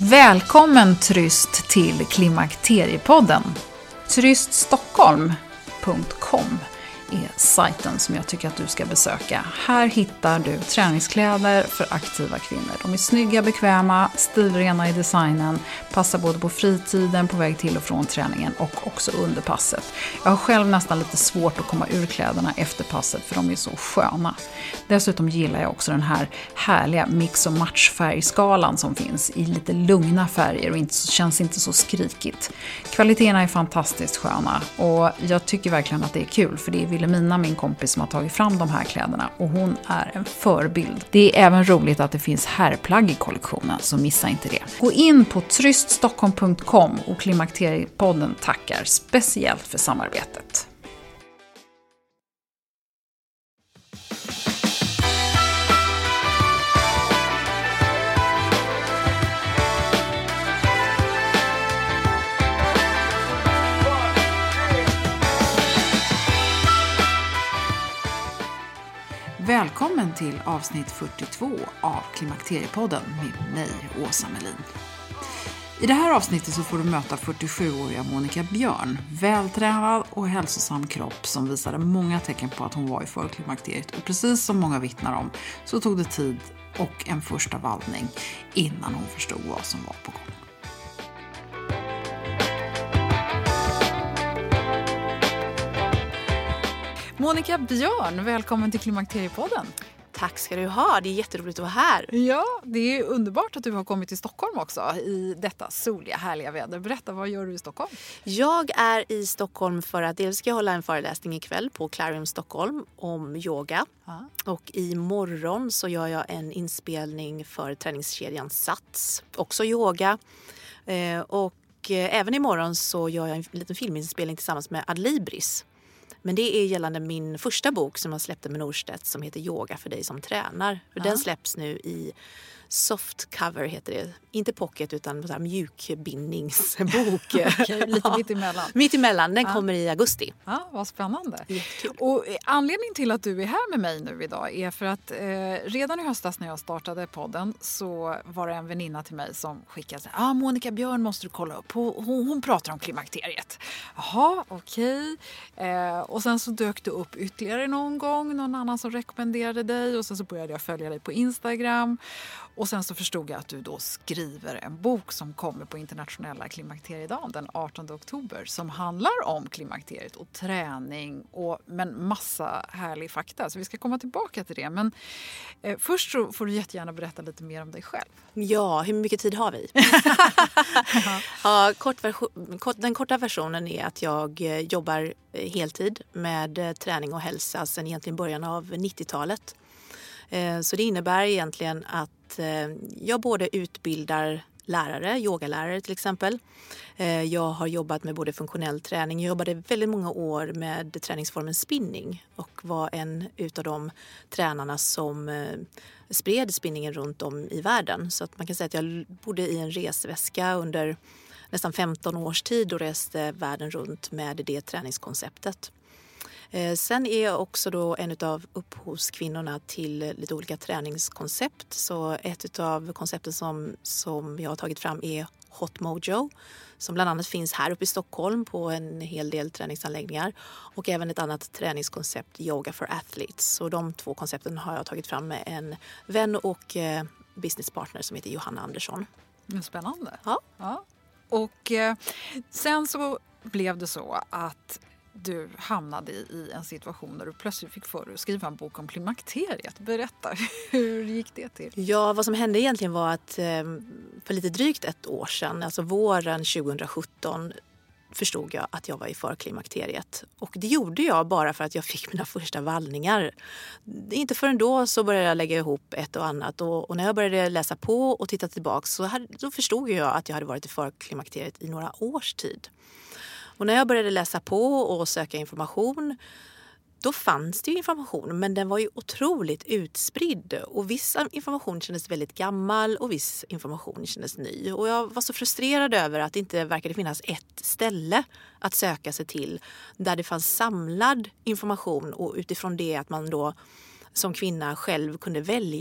Välkommen Tryst till Klimakteriepodden. Tryststockholm.com är sajten som jag tycker att du ska besöka. Här hittar du träningskläder för aktiva kvinnor. De är snygga, bekväma, stilrena i designen, passar både på fritiden, på väg till och från träningen och också under passet. Jag har själv nästan lite svårt att komma ur kläderna efter passet för de är så sköna. Dessutom gillar jag också den här härliga mix- och matchfärgskalan som finns i lite lugna färger och känns inte så skrikigt. Kvaliteterna är fantastiskt sköna och jag tycker verkligen att det är kul för det är Wilhelmina, min kompis, som har tagit fram de här kläderna och hon är en förebild. Det är även roligt att det finns herrplagg i kollektionen, så missa inte det. Gå in på tryststockholm.com och Klimakteriepodden tackar speciellt för samarbetet. Välkommen till avsnitt 42 av Klimakteriepodden med mig, Åsa Melin. I det här avsnittet så får du möta 47-åriga Monica Björn, vältränad och hälsosam kropp som visade många tecken på att hon var i förklimakteriet. Och precis som många vittnar om så tog det tid och en första vallning innan hon förstod vad som var på gång. Monica Björn, välkommen till Klimakteriepodden. Tack ska du ha, det är jätteroligt att vara här. Ja, det är underbart att du har kommit till Stockholm också i detta soliga, härliga väder. Berätta, vad gör du i Stockholm? Jag är i Stockholm för att dels ska jag hålla en föreläsning ikväll på Clarion Stockholm om yoga. Och imorgon så gör jag en inspelning för träningskedjan Sats, också yoga. Och även imorgon så gör jag en liten filminspelning tillsammans med Adlibris. Men det är gällande min första bok som jag släppte med Norstedt som heter Yoga för dig som tränar. För den släpps nu i soft cover heter det. Inte pocket utan så här mjukbindningsbok. Okej, lite mitt emellan. Mitt emellan, den kommer i augusti. Ja, vad spännande. Jättekul. Och anledningen till att du är här med mig nu idag är för att redan i höstas när jag startade podden så var det en väninna till mig som skickade Monica Björn måste du kolla upp. Hon pratar om klimakteriet. Jaha, okej. Och sen så dök du upp ytterligare någon gång. Någon annan som rekommenderade dig. Och sen så började jag följa dig på Instagram. Och sen så förstod jag att du då skriver en bok som kommer på internationella klimakteriedagen den 18 oktober som handlar om klimakteriet och träning men massa härlig fakta. Så vi ska komma tillbaka till det. Men först så får du jättegärna berätta lite mer om dig själv. Ja, hur mycket tid har vi? Den korta versionen är att jag jobbar heltid med träning och hälsa sedan egentligen början av 90-talet. Så det innebär egentligen att jag både utbildar lärare, yogalärare till exempel. Jag har jobbat med både funktionell träning. Jag jobbade väldigt många år med träningsformen spinning och var en utav de tränarna som spred spinningen runt om i världen. Så att man kan säga att jag bodde i en resväska under nästan 15 års tid och reste världen runt med det träningskonceptet. Sen är jag också då en av upphovskvinnorna till lite olika träningskoncept. Så ett av koncepten som jag har tagit fram är Hot Mojo. Som bland annat finns här uppe i Stockholm på en hel del träningsanläggningar. Och även ett annat träningskoncept, Yoga for Athletes. Så de två koncepten har jag tagit fram med en vän och businesspartner som heter Johanna Andersson. Spännande. Ja. Och sen så blev det så att du hamnade i en situation där du plötsligt fick för dig att skriva en bok om klimakteriet. Berätta, hur gick det till? Ja, vad som hände egentligen var att för lite drygt ett år sedan, alltså våren 2017, förstod jag att jag var i förklimakteriet. Och det gjorde jag bara för att jag fick mina första vallningar. Inte förrän då så började jag lägga ihop ett och annat. Och när jag började läsa på och titta tillbaka så förstod jag att jag hade varit i förklimakteriet i några års tid. Och när jag började läsa på och söka information, då fanns det ju information, men den var ju otroligt utspridd. Och viss information kändes väldigt gammal och viss information kändes ny. Och jag var så frustrerad över att det inte verkade finnas ett ställe att söka sig till där det fanns samlad information och utifrån det att man då som kvinna själv kunde välja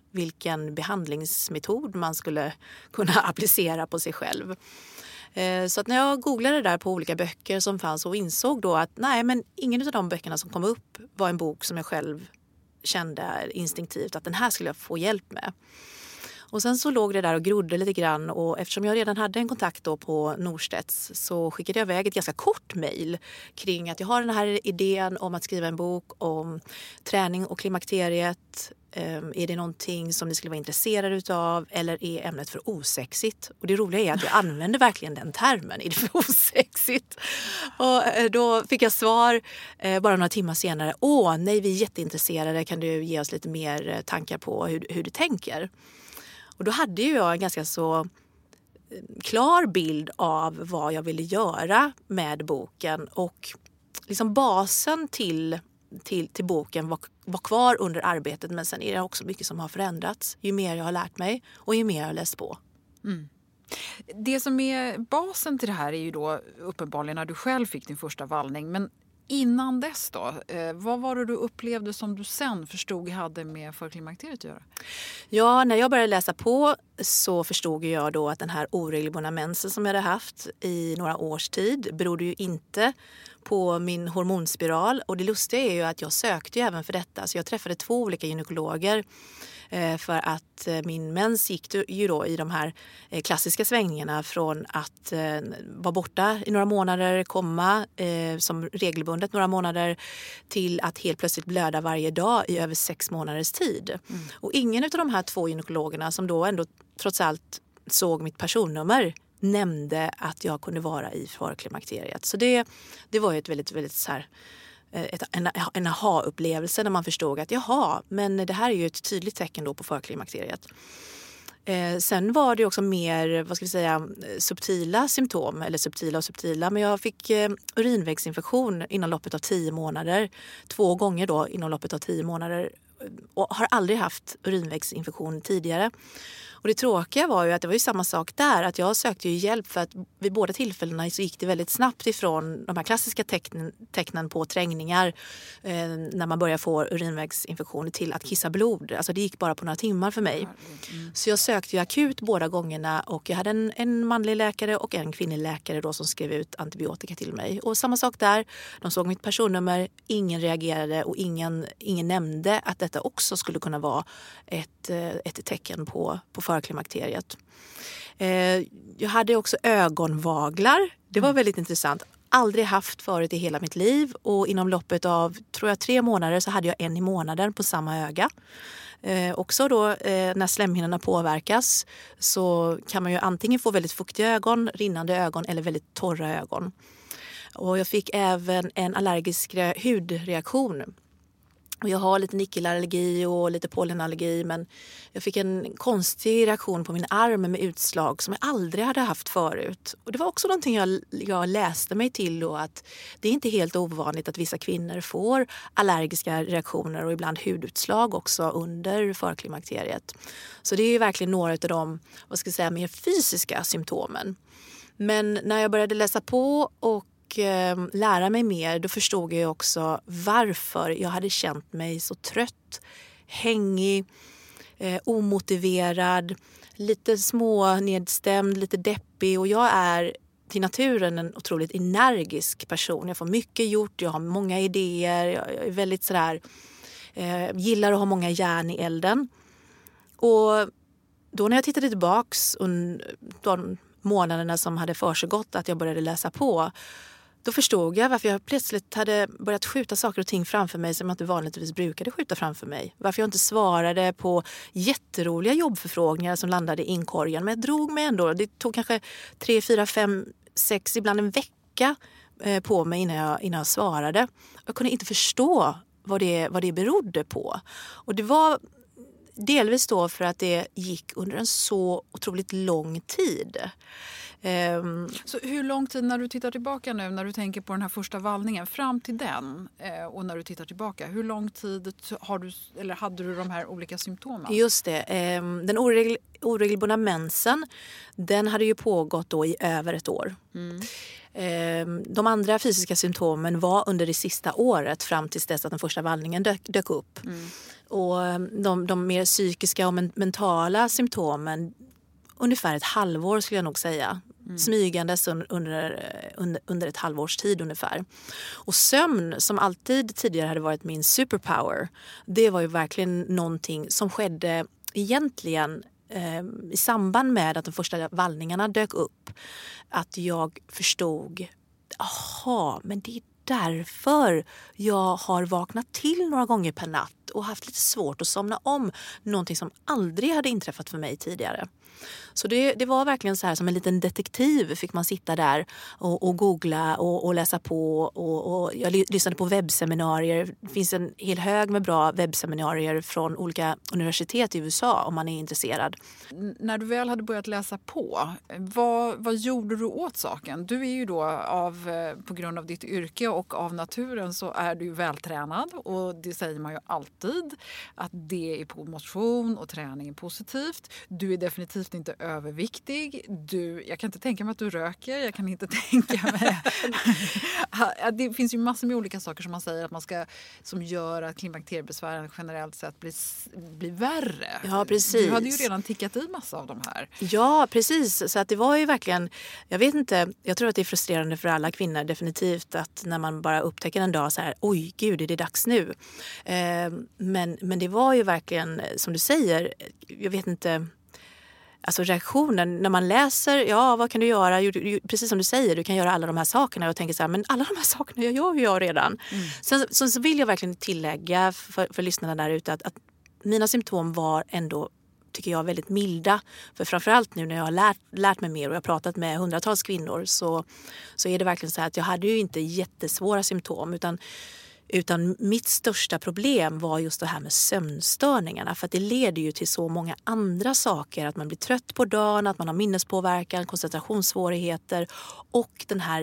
vilken behandlingsmetod man skulle kunna applicera på sig själv. Så att när jag googlade där på olika böcker som fanns och insåg då att nej, men ingen av de böckerna som kom upp var en bok som jag själv kände instinktivt att den här skulle jag få hjälp med. Och sen så låg det där och grodde lite grann, och eftersom jag redan hade en kontakt då på Norstedts så skickade jag iväg ett ganska kort mejl kring att jag har den här idén om att skriva en bok om träning och klimakteriet. Är det någonting som ni skulle vara intresserade utav, eller är ämnet för osexigt? Och det roliga är att jag använder verkligen den termen, är det för osexigt? Och då fick jag svar bara några timmar senare. Nej, vi är jätteintresserade, kan du ge oss lite mer tankar på hur du tänker? Och då hade ju jag en ganska så klar bild av vad jag ville göra med boken, och liksom basen till boken var kvar under arbetet, men sen är det också mycket som har förändrats ju mer jag har lärt mig och ju mer jag har läst på. Mm. Det som är basen till det här är ju då uppenbarligen när du själv fick din första vallning, men innan dess då, vad var det du upplevde som du sen förstod hade med förklimakteriet att göra? Ja, när jag började läsa på så förstod jag då att den här oregelbundna mensen som jag hade haft i några års tid berodde ju inte på min hormonspiral. Och det lustiga är ju att jag sökte ju även för detta. Så jag träffade 2 olika gynekologer för att min mens gick ju då i de här klassiska svängningarna från att vara borta i några månader, komma som regelbundet några månader, till att helt plötsligt blöda varje dag i över 6 månaders tid. Mm. Och ingen av de här 2 gynekologerna som då ändå trots allt såg mitt personnummer nämnde att jag kunde vara i förklimakteriet. Så det var ju ett väldigt, väldigt så här, en aha-upplevelse när man förstod att men det här är ju ett tydligt tecken då på förklimakteriet. Sen var det också mer, vad ska vi säga, subtila symptom, eller subtila, men jag fick urinvägsinfektion inom loppet av 10 månader, 2 gånger då inom loppet av 10 månader, och har aldrig haft urinvägsinfektion tidigare. Och det tråkiga var ju att det var ju samma sak där, att jag sökte ju hjälp för att vid båda tillfällena så gick det väldigt snabbt ifrån de här klassiska tecknen på trängningar när man börjar få urinvägsinfektioner till att kissa blod. Alltså det gick bara på några timmar för mig. Mm. Så jag sökte ju akut båda gångerna, och jag hade en manlig läkare och en kvinnlig läkare då som skrev ut antibiotika till mig. Och samma sak där, de såg mitt personnummer, ingen reagerade och ingen nämnde att detta också skulle kunna vara ett tecken på förklimakteriet. Jag hade också ögonvaglar. Det var väldigt intressant. Aldrig haft förut i hela mitt liv, och inom loppet av, tror jag, 3 månader så hade jag en i månaden på samma öga. Också då när slemhinnorna påverkas så kan man ju antingen få väldigt fuktiga ögon, rinnande ögon eller väldigt torra ögon. Och jag fick även en allergisk hudreaktion. Och jag har lite nickelallergi och lite pollenallergi, men jag fick en konstig reaktion på min arm med utslag som jag aldrig hade haft förut. Och det var också någonting jag läste mig till då, att det är inte helt ovanligt att vissa kvinnor får allergiska reaktioner och ibland hudutslag också under förklimakteriet. Så det är ju verkligen några av de, vad ska jag säga, mer fysiska symptomen. Men när jag började läsa på och lära mig mer, då förstod jag också varför jag hade känt mig så trött, hängig, omotiverad, lite smånedstämd, lite deppig. Och jag är till naturen en otroligt energisk person. Jag får mycket gjort, jag har många idéer, jag är väldigt sådär, gillar att ha många järn i elden. Och då när jag tittade tillbaks under de månaderna som hade försegått att jag började läsa på, då förstod jag varför jag plötsligt hade börjat skjuta saker och ting framför mig som jag inte vanligtvis brukade skjuta framför mig. Varför jag inte svarade på jätteroliga jobbförfrågningar som landade i inkorgen. Men jag drog mig ändå. Det tog kanske 3, 4, 5, 6, ibland en vecka på mig innan jag svarade. Jag kunde inte förstå vad det berodde på. Och det var delvis då för att det gick under en så otroligt lång tid. Så hur lång tid, när du tittar tillbaka nu, när du tänker på den här första vallningen, fram till den och när du tittar tillbaka, hur lång tid hade du de här olika symptomen? Just det, den oregelbundna mensen, den hade ju pågått då i över ett år. De andra fysiska symptomen var under det sista året fram tills dess att den första vallningen dök upp. Och de mer psykiska och mentala symptomen ungefär ett halvår skulle jag nog säga. Smygandes under ett halvårs tid ungefär. Och sömn, som alltid tidigare hade varit min superpower, det var ju verkligen någonting som skedde egentligen i samband med att de första vallningarna dök upp. Att jag förstod, men det är därför jag har vaknat till några gånger per natt och haft lite svårt att somna om, någonting som aldrig hade inträffat för mig tidigare. Så det var verkligen så här som en liten detektiv fick man sitta där och googla och läsa på. Och jag lyssnade på webbseminarier. Det finns en hel hög med bra webbseminarier från olika universitet i USA om man är intresserad. När du väl hade börjat läsa på, vad gjorde du åt saken? Du är ju då på grund av ditt yrke och av naturen så är du vältränad. Och det säger man ju alltid att det är på motion och träning är positivt. Du är definitivt inte överviktig. Jag kan inte tänka mig att du röker. Jag kan inte tänka mig. Det finns ju massor med olika saker som man säger att man ska, som gör att klimakteriebesvären generellt sett blir värre. Ja, precis. Du hade ju redan tickat i massa av de här. Ja, precis. Så att det var ju verkligen, jag vet inte, jag tror att det är frustrerande för alla kvinnor definitivt att när man bara upptäcker en dag så här, oj gud, är det dags nu? Men det var ju verkligen, som du säger, jag vet inte. Alltså reaktionen när man läser, vad kan du göra? Precis som du säger, du kan göra alla de här sakerna. Jag tänker så här, men alla de här sakerna gör jag redan. Sen så vill jag verkligen tillägga för lyssnarna där ute att mina symptom var ändå, tycker jag, väldigt milda. För framförallt nu när jag har lärt mig mer och jag har pratat med hundratals kvinnor så är det verkligen så här att jag hade ju inte jättesvåra symptom utan mitt största problem var just det här med sömnstörningarna. För att det leder ju till så många andra saker. Att man blir trött på dagen, att man har minnespåverkan, koncentrationssvårigheter och den här,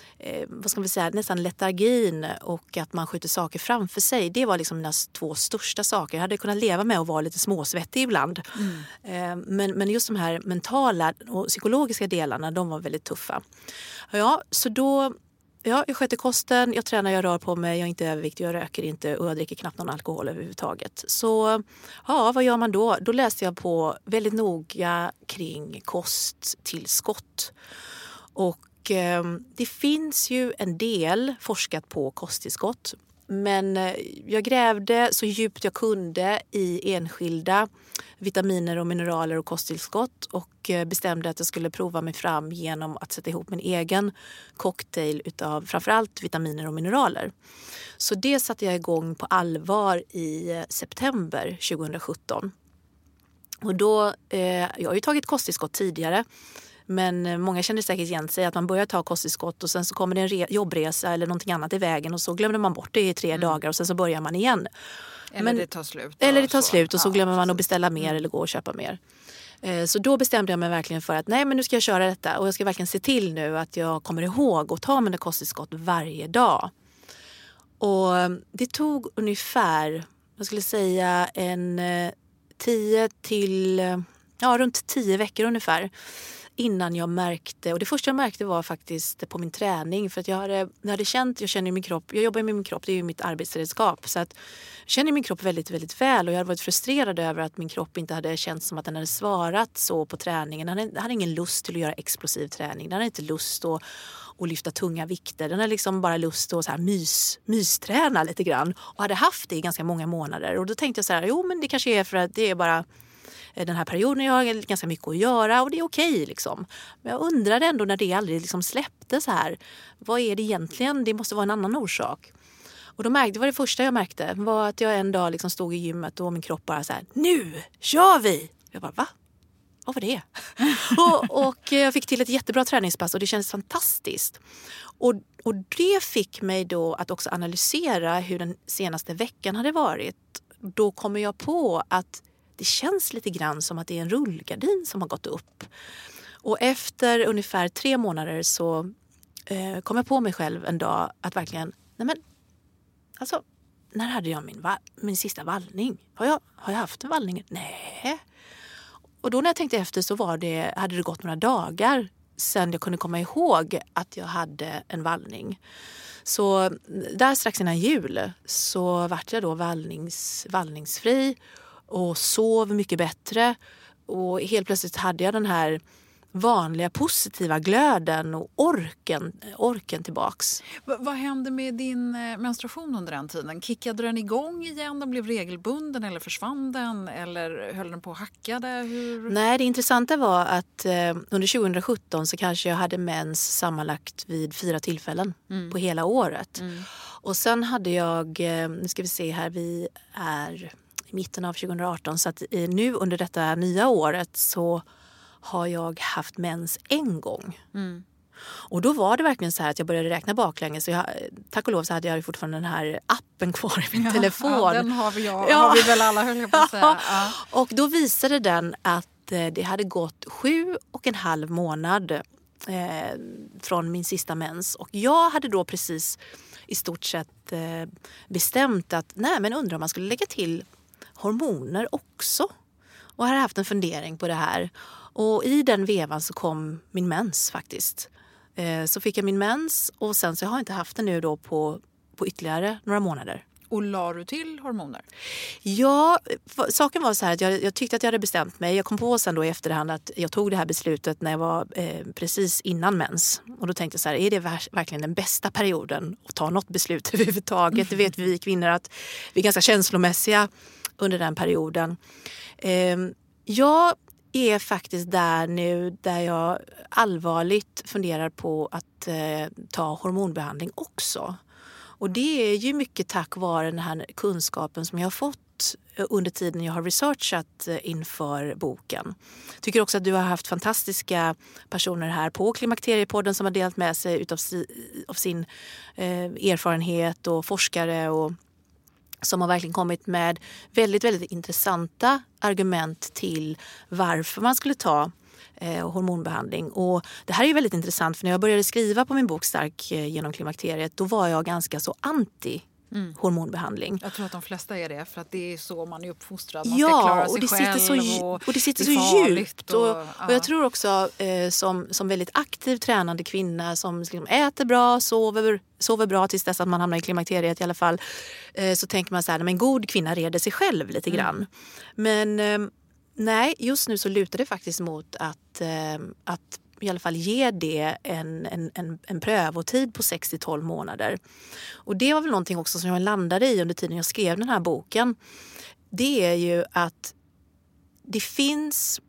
nästan letargin och att man skjuter saker framför sig. Det var liksom mina 2 största saker. Jag hade kunnat leva med att vara lite småsvettig ibland. Men just de här mentala och psykologiska delarna, de var väldigt tuffa. Ja, så då... Ja, jag sköter kosten, jag tränar, jag rör på mig, jag är inte överviktig, jag röker inte och jag dricker knappt någon alkohol överhuvudtaget. Så vad gör man då? Då läste jag på väldigt noga kring kosttillskott. Och det finns ju en del forskat på kosttillskott. Men jag grävde så djupt jag kunde i enskilda vitaminer och mineraler och kosttillskott och bestämde att jag skulle prova mig fram genom att sätta ihop min egen cocktail utav framförallt vitaminer och mineraler. Så det satte jag igång på allvar i september 2017. Och då, jag har ju tagit kosttillskott tidigare. Men många känner säkert igen sig att man börjar ta kosttillskott och sen så kommer det en jobbresa eller någonting annat i vägen och så glömmer man bort det i 3 dagar och sen så börjar man igen. Eller det tar slut. Eller det tar slut och så glömmer man att beställa mer eller gå och köpa mer. Så då bestämde jag mig verkligen för att men nu ska jag köra detta och jag ska verkligen se till nu att jag kommer ihåg att ta mina kosttillskott varje dag. Och det tog ungefär, jag skulle säga runt 10 veckor ungefär. Innan jag märkte, och det första jag märkte var faktiskt på min träning. För att jag känner min kropp, jag jobbar med min kropp, det är ju mitt arbetsredskap. Så att jag känner min kropp väldigt, väldigt väl och jag hade varit frustrerad över att min kropp inte hade känts som att den hade svarat så på träningen. Den hade ingen lust till att göra explosiv träning, den hade inte lust att lyfta tunga vikter. Den hade liksom bara lust att så här mysträna lite grann och hade haft det i ganska många månader. Och då tänkte jag så här, men det kanske är för att det är bara den här perioden jag har ganska mycket att göra och det är okej liksom. Men jag undrade ändå när det aldrig liksom släppte så här. Vad är det egentligen? Det måste vara en annan orsak. Och det var det första jag märkte var att jag en dag liksom stod i gymmet och min kropp bara så här, nu kör vi! Jag bara, va? Vad var det? och jag fick till ett jättebra träningspass och det kändes fantastiskt. Och det fick mig då att också analysera hur den senaste veckan hade varit. Då kommer jag på att det känns lite grann som att det är en rullgardin som har gått upp. Och efter ungefär 3 månader så kom jag på mig själv en dag att verkligen, när hade jag min sista vallning? Har jag haft en vallning? Nej. Och då när jag tänkte efter så hade det gått några dagar sen jag kunde komma ihåg att jag hade en vallning. Så där strax innan jul så vart jag då vallningsfri och sov mycket bättre. Och helt plötsligt hade jag den här vanliga positiva glöden och orken tillbaks. Vad hände med din menstruation under den tiden? Kickade den igång igen? Den blev regelbunden eller försvann den? Eller höll den på och hackade? Nej, det intressanta var att under 2017 så kanske jag hade mens sammanlagt vid 4 tillfällen på hela året. Och sen hade jag, nu ska vi se här, vi är i mitten av 2018 så att nu under detta nya året så har jag haft mens en gång. Och då var det verkligen så här att jag började räkna baklänges. Så tack och lov så hade jag fortfarande den här appen kvar i min telefon. Ja, den har vi väl alla, höll jag på att säga. Ja. Och då visade den att det hade gått 7,5 månad från min sista mens. Och jag hade då precis i stort sett bestämt att men undrar om man skulle lägga till hormoner också. Och jag har haft en fundering på det här. Och i den vevan så kom min mens faktiskt. Så fick jag min mens och sen så har jag inte haft den nu då på ytterligare några månader. Och la du till hormoner? Ja, saken var så här att jag tyckte att jag hade bestämt mig. Jag kom på sen då i efterhand att jag tog det här beslutet när jag var precis innan mens. Och då tänkte jag så här, är det verkligen den bästa perioden att ta något beslut överhuvudtaget? Det vet vi kvinnor att vi är ganska känslomässiga under den perioden. Jag är faktiskt där nu där jag allvarligt funderar på att ta hormonbehandling också. Och det är ju mycket tack vare den här kunskapen som jag har fått under tiden jag har researchat inför boken. Tycker också att du har haft fantastiska personer här på Klimakteriepodden som har delat med sig av sin erfarenhet och forskare och som har verkligen kommit med väldigt, väldigt intressanta argument till varför man skulle ta hormonbehandling. Och det här är ju väldigt intressant för när jag började skriva på min bok Stark genom klimakteriet då var jag ganska så anti hormonbehandling. Jag tror att de flesta är det för att det är så man är uppfostrad. Man ska klara sig själv och det sitter så djupt. Och jag tror också som väldigt aktiv tränande kvinna som liksom äter bra, sover bra tills dess att man hamnar i klimakteriet i alla fall. Så tänker man så här, men god kvinna reder sig själv lite grann. Men nej, just nu så lutar det faktiskt mot att i alla fall ge det en prövotid på 6-12 månader. Och det var väl någonting också som jag landade i under tiden jag skrev den här boken. Det är ju att det finns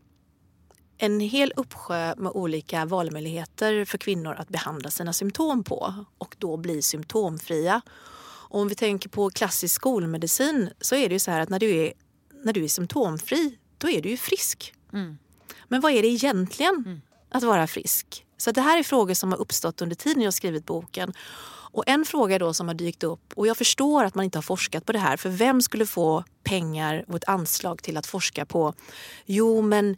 en hel uppsjö med olika valmöjligheter för kvinnor att behandla sina symptom på och då bli symptomfria. Och om vi tänker på klassisk skolmedicin så är det ju så här att när du är symptomfri då är du ju frisk. Men vad är det egentligen att vara frisk? Så det här är frågor som har uppstått under tiden jag har skrivit boken. Och en fråga då som har dykt upp, och jag förstår att man inte har forskat på det här, för vem skulle få pengar och ett anslag till att forska på? Jo, men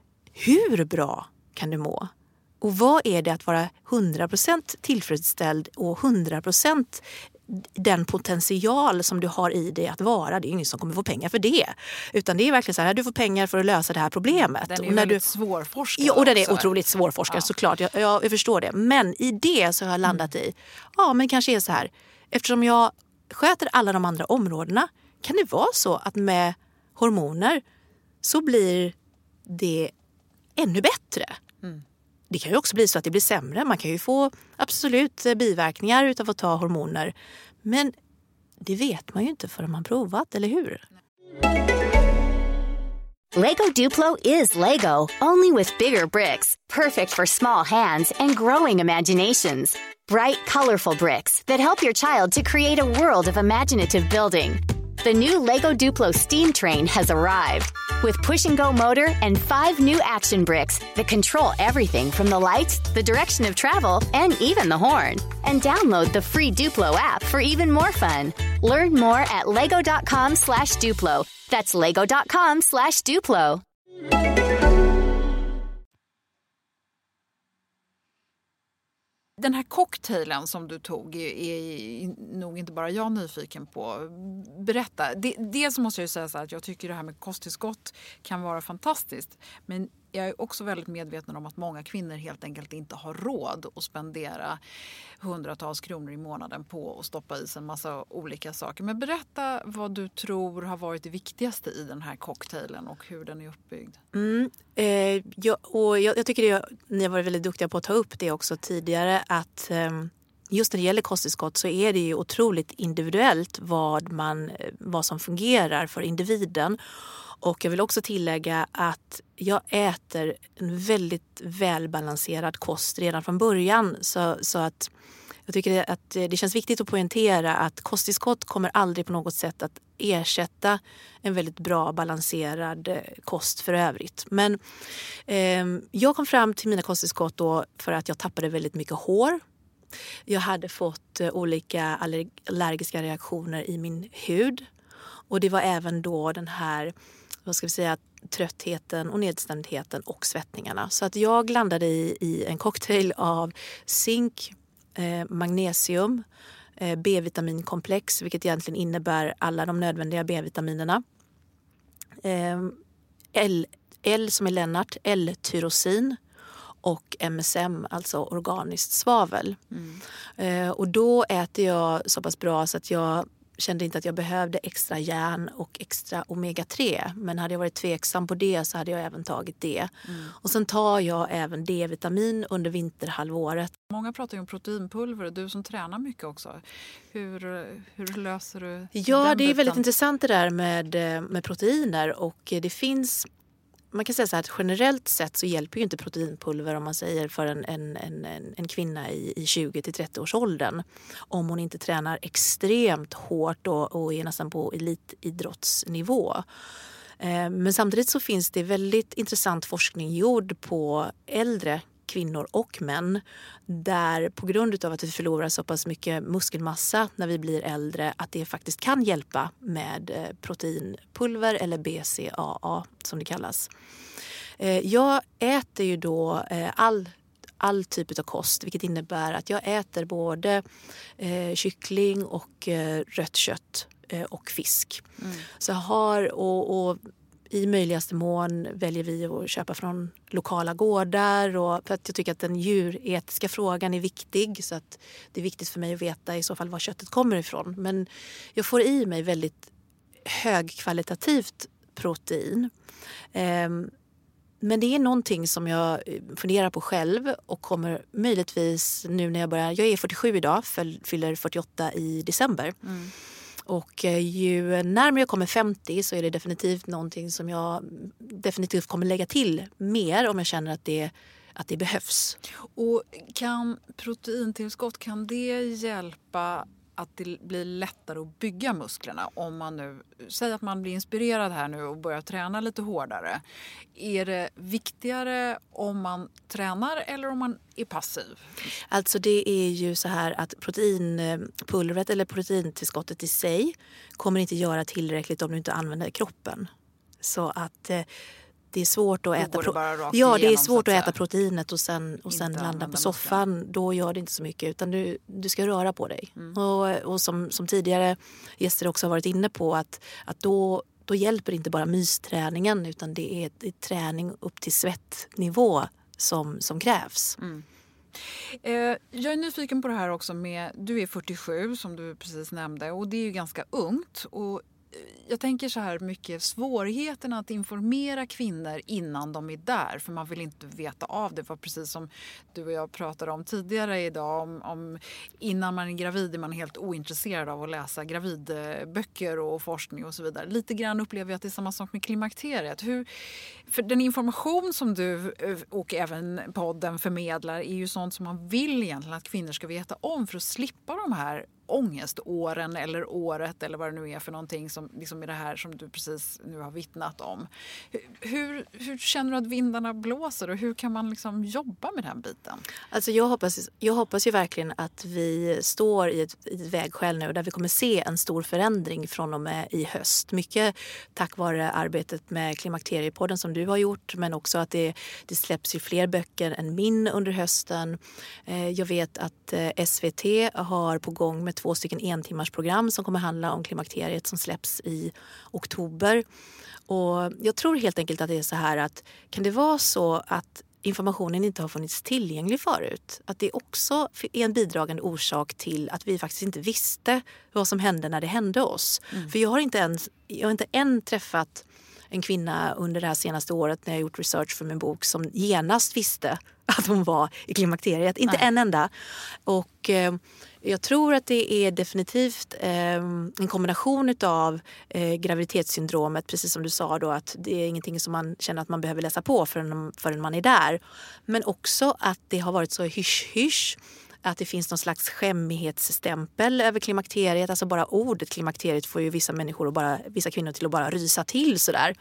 hur bra kan du må? Och vad är det att vara 100% tillfredsställd och 100% den potential som du har i dig att vara? Det är ingen som kommer få pengar för det. Utan det är verkligen så här, du får pengar för att lösa det här problemet. Den är väldigt svårforskad. Ja, och den är otroligt svårforskad såklart. Jag förstår det. Men i det så har jag landat i, men kanske är så här. Eftersom jag sköter alla de andra områdena, kan det vara så att med hormoner så blir det ännu bättre. Det kan ju också bli så att det blir sämre. Man kan ju få absolut biverkningar utav att ta hormoner. Men det vet man ju inte förrän man provat, eller hur? Lego Duplo is Lego, only with bigger bricks. Perfect for small hands and growing imaginations. Bright, colorful bricks that help your child to create a world of imaginative building. The new Lego Duplo steam train has arrived with push-and-go motor and 5 new action bricks that control everything from the lights, the direction of travel, and even the horn. And download the free Duplo app for even more fun. Learn more at lego.com/Duplo. That's lego.com/Duplo. Den här cocktailen som du tog är nog inte bara jag nyfiken på. Berätta. Dels måste jag ju säga så här att jag tycker det här med kosttillskott kan vara fantastiskt. Men jag är också väldigt medveten om att många kvinnor helt enkelt inte har råd att spendera hundratals kronor i månaden på att stoppa i sig en massa olika saker. Men berätta vad du tror har varit det viktigaste i den här cocktailen och hur den är uppbyggd. Jag tycker ni har varit väldigt duktiga på att ta upp det också tidigare, att just när det gäller kosttillskott så är det ju otroligt individuellt vad som fungerar för individen. Och jag vill också tillägga att jag äter en väldigt välbalanserad kost redan från början. Så att jag tycker att det känns viktigt att poängtera att kosttillskott kommer aldrig på något sätt att ersätta en väldigt bra balanserad kost för övrigt. Men jag kom fram till mina kosttillskott då för att jag tappade väldigt mycket hår. Jag hade fått olika allergiska reaktioner i min hud. Och det var även då den här, tröttheten och nedstämdheten och svettningarna. Så att jag landade i en cocktail av zink, magnesium, B-vitaminkomplex, vilket egentligen innebär alla de nödvändiga B-vitaminerna. L som är Lennart, L-tyrosin och MSM, alltså organiskt svavel. Och då äter jag så pass bra så att jag kände inte att jag behövde extra järn och extra omega-3. Men hade jag varit tveksam på det så hade jag även tagit det. Och sen tar jag även D-vitamin under vinterhalvåret. Många pratar ju om proteinpulver, du som tränar mycket också. Hur löser du Ja, det är väldigt intressant det där med proteiner. Och det finns... Man kan säga så här att generellt sett så hjälper ju inte proteinpulver om man säger för en kvinna i 20-30 års åldern. Om hon inte tränar extremt hårt och är nästan på elitidrottsnivå. Men samtidigt så finns det väldigt intressant forskning gjord på äldre kvinnor och män. Där på grund av att vi förlorar så pass mycket muskelmassa när vi blir äldre att det faktiskt kan hjälpa med proteinpulver eller BCAA som det kallas. Jag äter ju då all typ av kost, vilket innebär att jag äter både kyckling och rött kött och fisk. Så jag har och i möjligaste mån väljer vi att köpa från lokala gårdar och för att jag tycker att den djuretiska frågan är viktig, så att det är viktigt för mig att veta i så fall var köttet kommer ifrån. Men jag får i mig väldigt högkvalitativt protein. Men det är någonting som jag funderar på själv och kommer möjligtvis nu när jag är 47 idag, fyller 48 i december. Och ju närmare jag kommer 50 så är det definitivt någonting som jag definitivt kommer lägga till mer om jag känner att det behövs. Och kan proteintillskott, kan det hjälpa att det blir lättare att bygga musklerna om man nu, säger att man blir inspirerad här nu och börjar träna lite hårdare. Är det viktigare om man tränar eller om man är passiv? Alltså det är ju så här att proteinpulvret eller proteintillskottet i sig kommer inte göra tillräckligt om du inte använder kroppen. Så att det är svårt att äta det är svårt att äta proteinet och sen landa på soffan. Då gör det inte så mycket, utan du ska röra på dig. Och som tidigare gäster också har varit inne på att då hjälper inte bara mysträningen, utan det är träning upp till svettnivå som krävs. Jag är nyfiken på det här också med, du är 47 som du precis nämnde och det är ju ganska ungt och jag tänker så här mycket svårigheten att informera kvinnor innan de är där. För man vill inte veta av det. För precis som du och jag pratade om tidigare idag. Om innan man är gravid är man helt ointresserad av att läsa gravidböcker och forskning och så vidare. Lite grann upplever jag att det är samma sak med klimakteriet. För den information som du och även podden förmedlar är ju sånt som man vill egentligen att kvinnor ska veta om. För att slippa de här ångeståren eller året eller vad det nu är för någonting som liksom är det här som du precis nu har vittnat om. Hur känner du att vindarna blåser och hur kan man liksom jobba med den biten? Alltså jag hoppas ju verkligen att vi står i ett vägskäl nu där vi kommer se en stor förändring från och med i höst. Mycket tack vare arbetet med Klimakteriepodden som du har gjort, men också att det släpps ju fler böcker än min under hösten. Jag vet att SVT har på gång med 2 entimmarsprogram som kommer handla om klimakteriet som släpps i oktober. Och jag tror helt enkelt att det är så här att kan det vara så att informationen inte har funnits tillgänglig förut? Att det också är en bidragande orsak till att vi faktiskt inte visste vad som hände när det hände oss. För jag har inte än träffat en kvinna under det här senaste året när jag gjort research för min bok som genast visste att hon var i klimakteriet. Inte en enda. Och jag tror att det är definitivt en kombination av graviditetssyndromet, precis som du sa då, att det är ingenting som man känner att man behöver läsa på förrän man är där. Men också att det har varit så hysch-hysch. Att det finns någon slags skämmighetsstämpel över klimakteriet. Alltså bara ordet klimakteriet får ju vissa kvinnor till att bara rysa till sådär.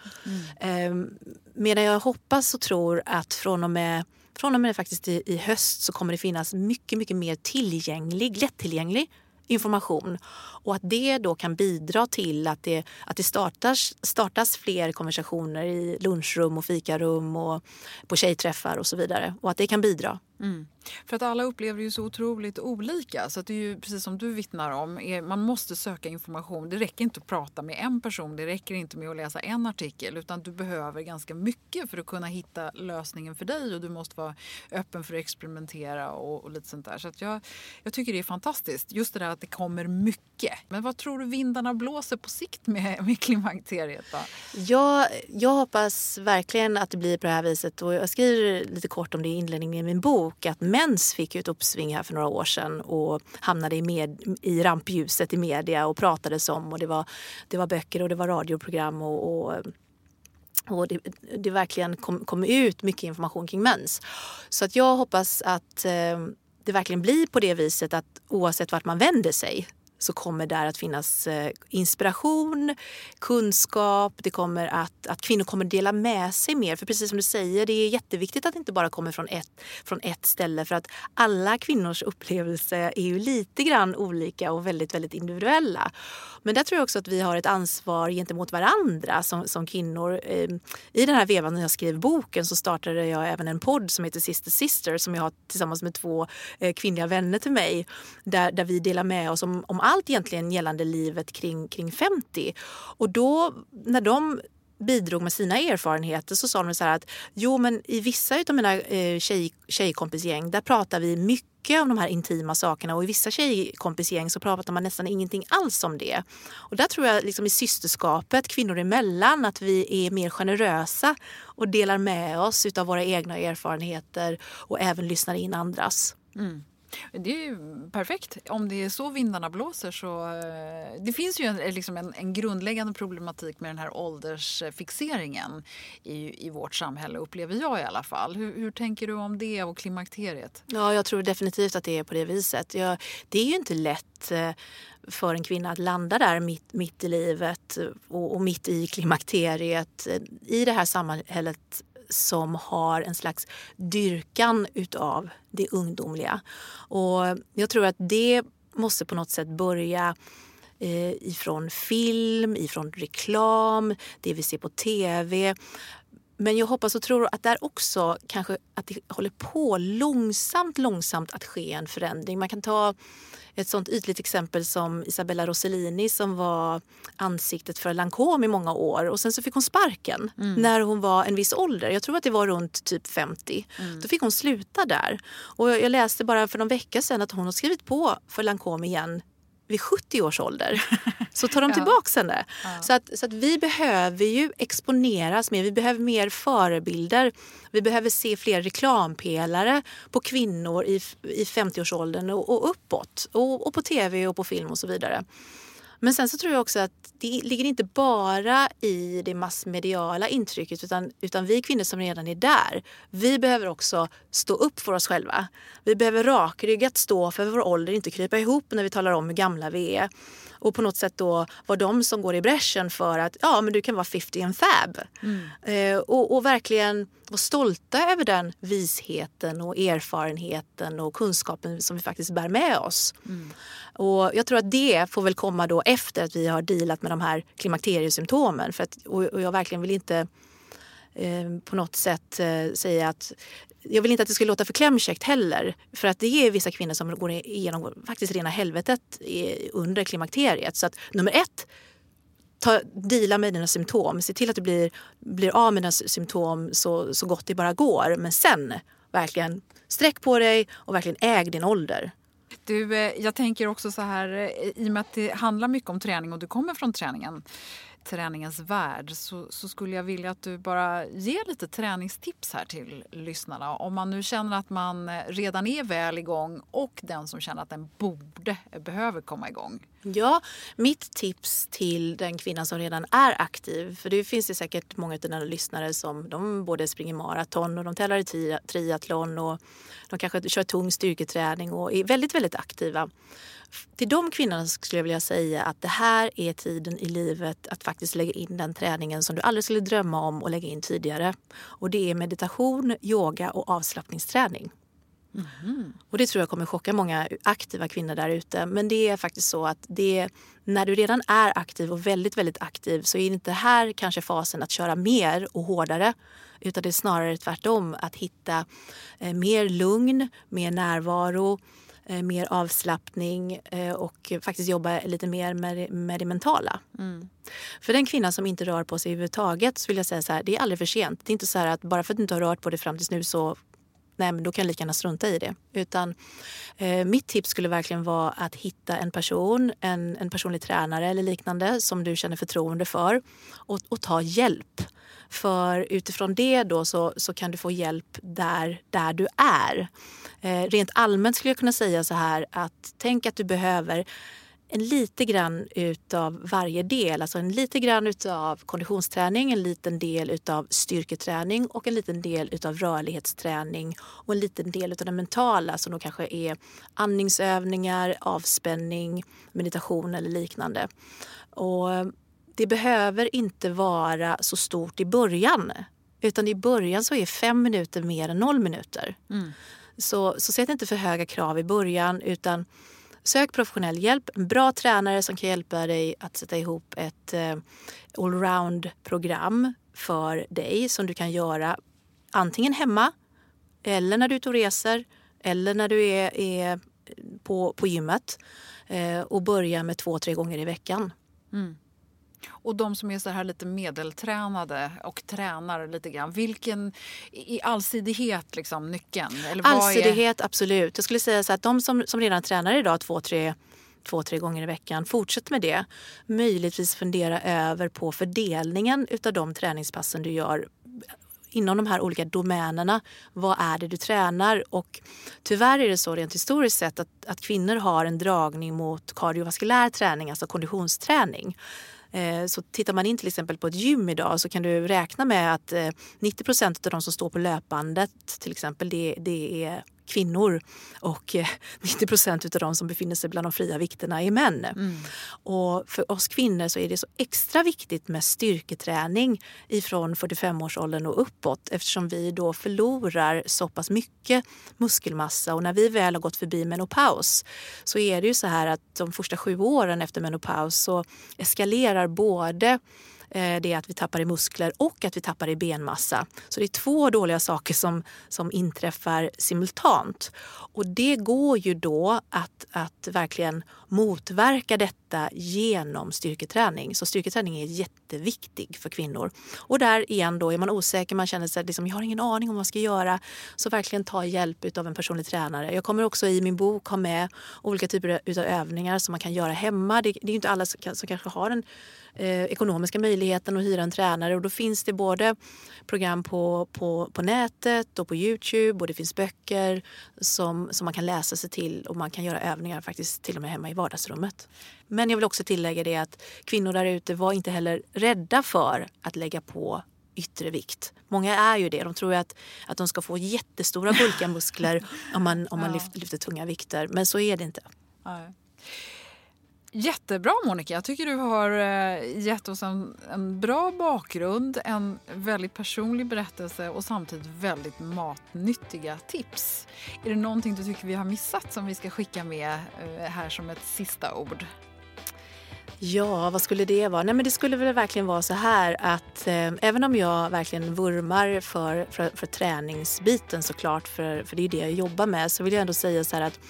Medan jag hoppas och tror att från och med faktiskt i höst så kommer det finnas mycket, mycket mer lättillgänglig information. Och att det då kan bidra till att det startas fler konversationer i lunchrum och fikarum och på tjejträffar och så vidare. Och att det kan bidra. För att alla upplever ju så otroligt olika. Så att det är ju precis som du vittnar om. Man måste söka information. Det räcker inte att prata med en person. Det räcker inte med att läsa en artikel. Utan du behöver ganska mycket för att kunna hitta lösningen för dig. Och du måste vara öppen för att experimentera och lite sånt där. Så att jag tycker det är fantastiskt. Just det där att det kommer mycket. Men vad tror du vindarna blåser på sikt med klimakteriet då? Jag hoppas verkligen att det blir på det här viset. Och jag skriver lite kort om det i inledningen i min bok. Att mens fick ju ett uppsving här för några år sedan och hamnade i rampljuset i media och pratades om. Och det var böcker och det var radioprogram och det verkligen kom ut mycket information kring mens. Så att jag hoppas att det verkligen blir på det viset att oavsett vart man vänder sig så kommer där att finnas inspiration, kunskap. Det kommer att kvinnor kommer dela med sig mer. För precis som du säger, det är jätteviktigt att det inte bara kommer från ett ställe. För att alla kvinnors upplevelser är ju lite grann olika och väldigt, väldigt individuella. Men där tror jag också att vi har ett ansvar gentemot varandra som kvinnor. I den här vevan när jag skrev boken så startade jag även en podd som heter Sister som jag har tillsammans med 2 kvinnliga vänner till mig. Där vi delar med oss om allt egentligen gällande livet kring 50. Och då när de bidrog med sina erfarenheter så sa de så här att men i vissa av mina tjejkompisgäng där pratar vi mycket om de här intima sakerna och i vissa tjejkompisgäng så pratar man nästan ingenting alls om det. Och där tror jag liksom i systerskapet kvinnor emellan att vi är mer generösa och delar med oss utav våra egna erfarenheter och även lyssnar in andras. Det är ju perfekt. Om det är så vindarna blåser så... Det finns ju en grundläggande problematik med den här åldersfixeringen i vårt samhälle, upplever jag i alla fall. Hur tänker du om det och klimakteriet? Ja, jag tror definitivt att det är på det viset. Det är ju inte lätt för en kvinna att landa där mitt i livet och mitt i klimakteriet i det här samhället som har en slags dyrkan utav det ungdomliga. Och jag tror att det måste på något sätt börja ifrån film, ifrån reklam, det vi ser på tv. Men jag hoppas och tror att där också kanske att det håller på långsamt att ske en förändring. Man kan ta ett sånt ytligt exempel som Isabella Rossellini som var ansiktet för Lancôme i många år. Och sen så fick hon sparken när hon var en viss ålder. Jag tror att det var runt typ 50. Då fick hon sluta där. Och jag läste bara för någon vecka sedan att hon har skrivit på för Lancôme igen vid 70 års ålder. Så tar de tttillbaka henne. Ja. Så att vi behöver ju exponeras mer. Vi behöver mer förebilder. Vi behöver se fler reklampelare på kvinnor i 50-årsåldern och uppåt. Och på tv och på film och så vidare. Men sen så tror jag också att det ligger inte bara i det massmediala intrycket utan vi kvinnor som redan är där, vi behöver också stå upp för oss själva. Vi behöver rakryggat stå för vår ålder, inte krypa ihop när vi talar om hur gamla vi är. Och på något sätt då vara de som går i bräschen för att men du kan vara 50 and fab. Och verkligen vara stolta över den visheten och erfarenheten och kunskapen som vi faktiskt bär med oss. Och jag tror att det får väl komma då efter att vi har dealat med de här klimakteriesymptomen. Och jag verkligen vill inte på något sätt säga att jag vill inte att det skulle låta för klämkäckt heller. För att det är vissa kvinnor som går igenom faktiskt rena helvetet under klimakteriet. Så att nummer 1, deala med dina symptom. Se till att du blir av med dina symptom så gott det bara går. Men sen verkligen sträck på dig och verkligen äg din ålder. Du, jag tänker också så här, i och med att det handlar mycket om träning och du kommer från träningens värld, så skulle jag vilja att du bara ger lite träningstips här till lyssnarna. Om man nu känner att man redan är väl igång och den som känner att den behöver komma igång. Ja, mitt tips till den kvinnan som redan är aktiv, för det finns det säkert många av dina lyssnare som de både springer maraton och de tävlar i triathlon och de kanske kör tung styrketräning och är väldigt, väldigt aktiva. Till de kvinnorna skulle jag vilja säga att det här är tiden i livet att faktiskt lägga in den träningen som du aldrig skulle drömma om att lägga in tidigare. Och det är meditation, yoga och avslappningsträning. Mm. Och det tror jag kommer chocka många aktiva kvinnor där ute. Men det är faktiskt så att när du redan är aktiv och väldigt, väldigt aktiv så är det inte här kanske fasen att köra mer och hårdare. Utan det är snarare tvärtom att hitta mer lugn, mer närvaro, mer avslappning och faktiskt jobba lite mer med det mentala. Mm. För den kvinna som inte rör på sig överhuvudtaget så vill jag säga så här, det är aldrig för sent. Det är inte så här att bara för att du inte har rört på det fram tills nu så nej, men då kan jag lika gärna strunta i det. Utan mitt tips skulle verkligen vara att hitta en person, en personlig tränare eller liknande som du känner förtroende för och ta hjälp. För utifrån det då så kan du få hjälp där du är. Rent allmänt skulle jag kunna säga så här att tänk att du behöver en lite grann utav varje del. Alltså en lite grann utav konditionsträning, en liten del utav styrketräning och en liten del utav rörlighetsträning och en liten del utav det mentala som då kanske är andningsövningar, avspänning, meditation eller liknande. Och det behöver inte vara så stort i början. Utan i början så är 5 minuter mer än 0 minuter. Mm. Så sätt inte för höga krav i början utan sök professionell hjälp. En bra tränare som kan hjälpa dig att sätta ihop ett allround-program för dig som du kan göra antingen hemma eller när du är ute och reser eller när du är på gymmet och börja med 2-3 gånger i veckan. Mm. Och de som är så här lite medeltränade och tränar lite grann, vilken är allsidighet liksom nyckeln? Eller allsidighet, absolut. Jag skulle säga så att de som redan tränar idag 2-3 gånger i veckan, fortsätt med det. Möjligtvis fundera över på fördelningen utav de träningspassen du gör inom de här olika domänerna. Vad är det du tränar? Och tyvärr är det så rent historiskt sett att kvinnor har en dragning mot kardiovaskulär träning, alltså konditionsträning. Så tittar man in till exempel på ett gym idag så kan du räkna med att 90% av de som står på löpbandet till exempel det är kvinnor och 90% av de som befinner sig bland de fria vikterna är män. Mm. Och för oss kvinnor så är det så extra viktigt med styrketräning ifrån 45-årsåldern och uppåt eftersom vi då förlorar så pass mycket muskelmassa och när vi väl har gått förbi menopaus så är det ju så här att de första 7 åren efter menopaus så eskalerar både det är att vi tappar i muskler och att vi tappar i benmassa. Så det är 2 dåliga saker som inträffar simultant. Och det går ju då att verkligen motverka detta genom styrketräning. Så styrketräning är jätteviktig för kvinnor. Och där igen då är man osäker, man känner sig liksom, jag har ingen aning om vad jag ska göra. Så verkligen ta hjälp av en personlig tränare. Jag kommer också i min bok ha med olika typer av övningar som man kan göra hemma. Det är ju inte alla som kanske har den ekonomiska möjligheten att hyra en tränare och då finns det både program på nätet och på YouTube och det finns böcker som man kan läsa sig till och man kan göra övningar faktiskt till och med hemma i vardagsrummet. Men jag vill också tillägga det att kvinnor där ute var inte heller rädda för att lägga på yttre vikt. Många är ju det. De tror att de ska få jättestora bulkiga muskler om man lyfter tunga vikter. Men så är det inte. Ja. Jättebra Monica, jag tycker du har gett oss en bra bakgrund, en väldigt personlig berättelse och samtidigt väldigt matnyttiga tips. Är det någonting du tycker vi har missat som vi ska skicka med här som ett sista ord? Ja, vad skulle det vara? Nej, men det skulle väl verkligen vara så här att även om jag verkligen vurmar för träningsbiten såklart, för det är det jag jobbar med, så vill jag ändå säga så här att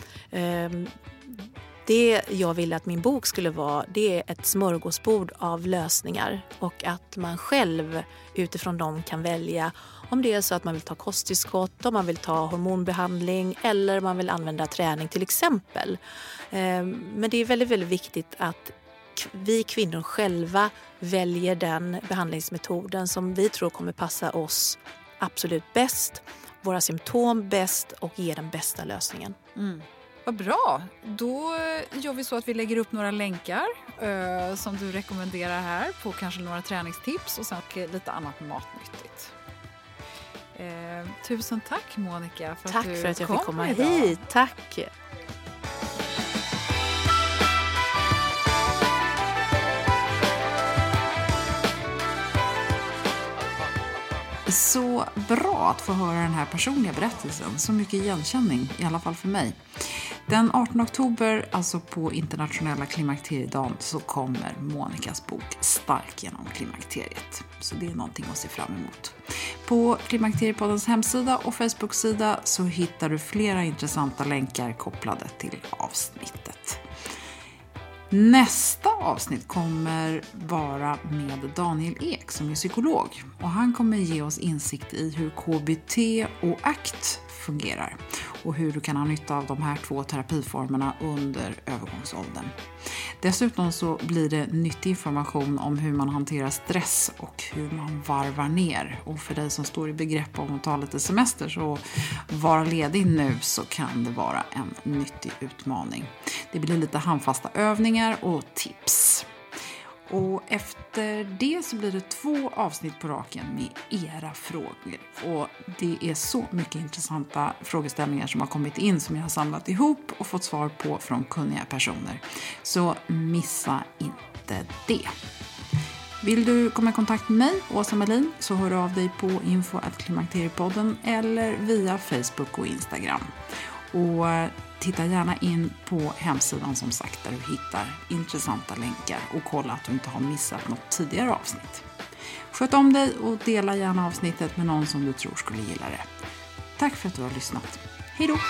det jag vill att min bok skulle vara, det är ett smörgåsbord av lösningar, och att man själv utifrån dem kan välja om det är så att man vill ta kosttillskott, om man vill ta hormonbehandling eller om man vill använda träning till exempel. Men det är väldigt, väldigt viktigt att vi kvinnor själva väljer den behandlingsmetoden som vi tror kommer passa oss absolut bäst, våra symptom bäst och ge den bästa lösningen. Vad bra. Då gör vi så att vi lägger upp några länkar som du rekommenderar här på kanske några träningstips och sen lite annat matnyttigt. Tusen tack Monica för att du kom. Tack för att jag fick komma idag. hit. Tack. Så bra att få höra den här personliga berättelsen. Så mycket igenkänning, i alla fall för mig. Den 18 oktober, alltså på internationella klimakteriedagen, så kommer Monicas bok Stark genom klimakteriet. Så det är någonting att se fram emot. På Klimakteriepoddens hemsida och Facebook-sida så hittar du flera intressanta länkar kopplade till avsnittet. Nästa avsnitt kommer vara med Daniel Ek som är psykolog, och han kommer ge oss insikt i hur KBT och ACT fungerar och hur du kan ha nytta av de här 2 terapiformerna under övergångsåldern. Dessutom så blir det nyttig information om hur man hanterar stress och hur man varvar ner. Och för dig som står i begrepp om att ta lite semester, så vara ledig nu, så kan det vara en nyttig utmaning. Det blir lite handfasta övningar och tips. Och efter det så blir det 2 avsnitt på raken med era frågor. Och det är så mycket intressanta frågeställningar som har kommit in, som jag har samlat ihop och fått svar på från kunniga personer. Så missa inte det. Vill du komma i kontakt med mig, Åsa Melin, så hör du av dig på info@klimakteriepodden eller via Facebook och Instagram. Och titta gärna in på hemsidan som sagt, där du hittar intressanta länkar, och kolla att du inte har missat något tidigare avsnitt. Sköt om dig och dela gärna avsnittet med någon som du tror skulle gilla det. Tack för att du har lyssnat. Hej då!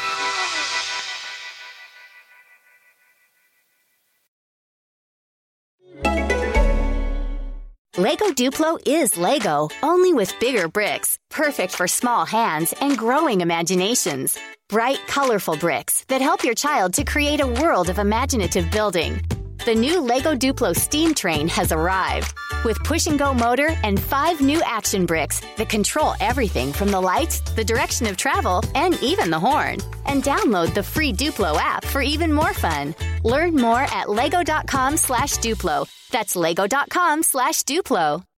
Lego Duplo is Lego, only with bigger bricks, perfect for small hands and growing imaginations. Bright, colorful bricks that help your child to create a world of imaginative building. The new Lego Duplo steam train has arrived with push-and-go motor and 5 new action bricks that control everything from the lights, the direction of travel, and even the horn. And download the free Duplo app for even more fun. Learn more at lego.com/Duplo. That's lego.com/Duplo.